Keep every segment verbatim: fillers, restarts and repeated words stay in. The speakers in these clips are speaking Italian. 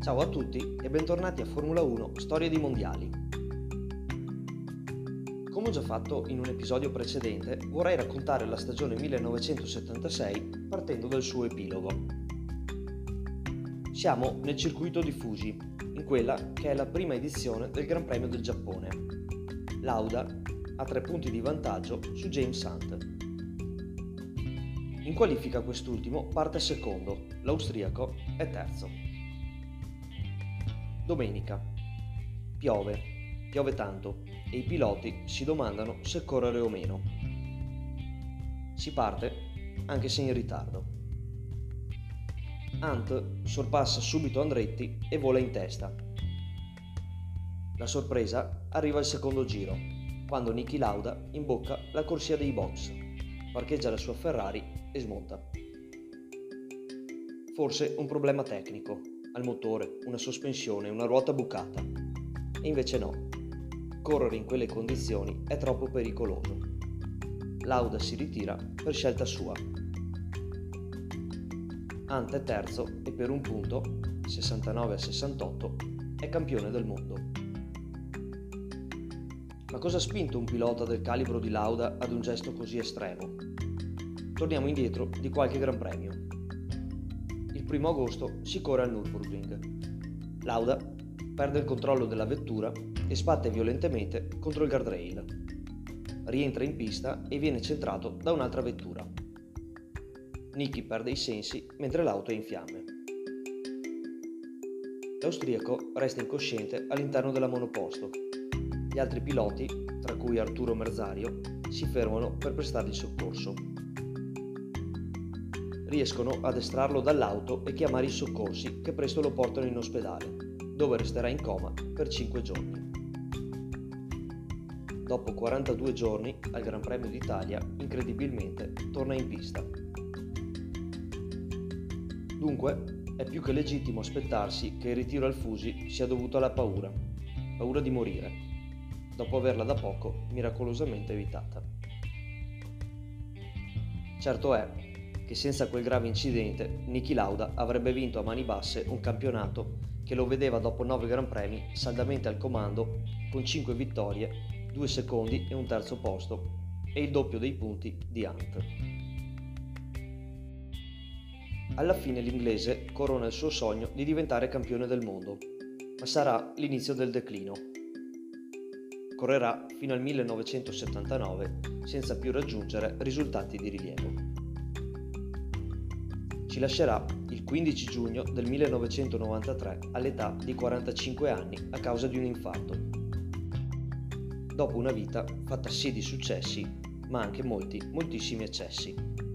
Ciao a tutti e bentornati a Formula uno Storie di Mondiali. Come ho già fatto in un episodio precedente, vorrei raccontare la stagione millenovecentosettantasei partendo dal suo epilogo. Siamo nel circuito di Fuji, in quella che è la prima edizione del Gran Premio del Giappone. Lauda ha tre punti di vantaggio su James Hunt. In qualifica quest'ultimo parte secondo, l'austriaco è terzo. Domenica. Piove, piove tanto e i piloti si domandano se correre o meno. Si parte, anche se in ritardo. Hunt sorpassa subito Andretti e vola in testa. La sorpresa arriva al secondo giro, quando Niki Lauda imbocca la corsia dei box, parcheggia la sua Ferrari e smonta. Forse un problema tecnico, al motore, una sospensione, una ruota bucata. E invece no. Correre in quelle condizioni è troppo pericoloso. Lauda si ritira per scelta sua. Hunt è terzo e per un punto, sessantanove a sessantotto, è campione del mondo. Ma cosa ha spinto un pilota del calibro di Lauda ad un gesto così estremo? Torniamo indietro di qualche Gran Premio. Il primo agosto si corre al Nürburgring. Lauda perde il controllo della vettura e sbatte violentemente contro il guardrail. Rientra in pista e viene centrato da un'altra vettura. Niki perde i sensi mentre l'auto è in fiamme. L'austriaco resta incosciente all'interno della monoposto. Gli altri piloti, tra cui Arturo Merzario, si fermano per prestargli soccorso. Riescono ad estrarlo dall'auto e chiamare i soccorsi che presto lo portano in ospedale, dove resterà in coma per cinque giorni. Dopo quarantadue giorni, al Gran Premio d'Italia, incredibilmente, torna in pista. Dunque, è più che legittimo aspettarsi che il ritiro al Fuji sia dovuto alla paura, paura di morire, dopo averla da poco miracolosamente evitata. Certo è che senza quel grave incidente Niki Lauda avrebbe vinto a mani basse un campionato che lo vedeva dopo nove Gran Premi saldamente al comando con cinque vittorie, due secondi e un terzo posto e il doppio dei punti di Hunt. Alla fine l'inglese corona il suo sogno di diventare campione del mondo, ma sarà l'inizio del declino. Correrà fino al millenovecentosettantanove senza più raggiungere risultati di rilievo. Ci lascerà il quindici giugno del millenovecentonovantatré all'età di quarantacinque anni a causa di un infarto. Dopo una vita fatta sì di successi, ma anche molti, moltissimi eccessi.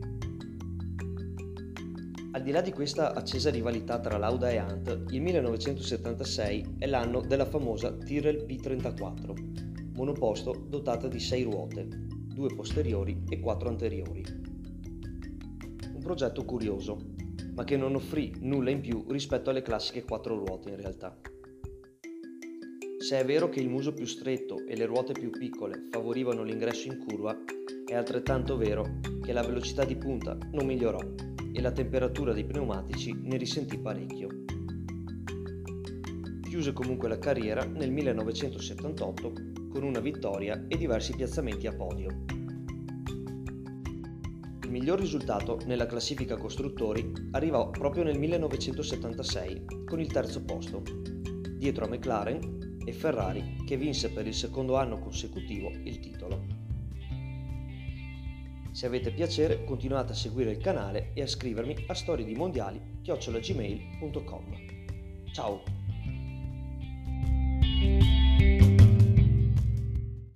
Al di là di questa accesa rivalità tra Lauda e Hunt, il millenovecentosettantasei è l'anno della famosa Tyrrell P trentaquattro, monoposto dotata di sei ruote, due posteriori e quattro anteriori. Un progetto curioso, ma che non offrì nulla in più rispetto alle classiche quattro ruote in realtà. Se è vero che il muso più stretto e le ruote più piccole favorivano l'ingresso in curva, è altrettanto vero che la velocità di punta non migliorò e la temperatura dei pneumatici ne risentì parecchio. Chiuse comunque la carriera nel millenovecentosettantotto con una vittoria e diversi piazzamenti a podio. Il miglior risultato nella classifica costruttori arrivò proprio nel millenovecentosettantasei con il terzo posto, dietro a McLaren e Ferrari che vinse per il secondo anno consecutivo il titolo. Se avete piacere continuate a seguire il canale e a scrivermi a storiedimondiali chiocciola gmail punto com. Ciao!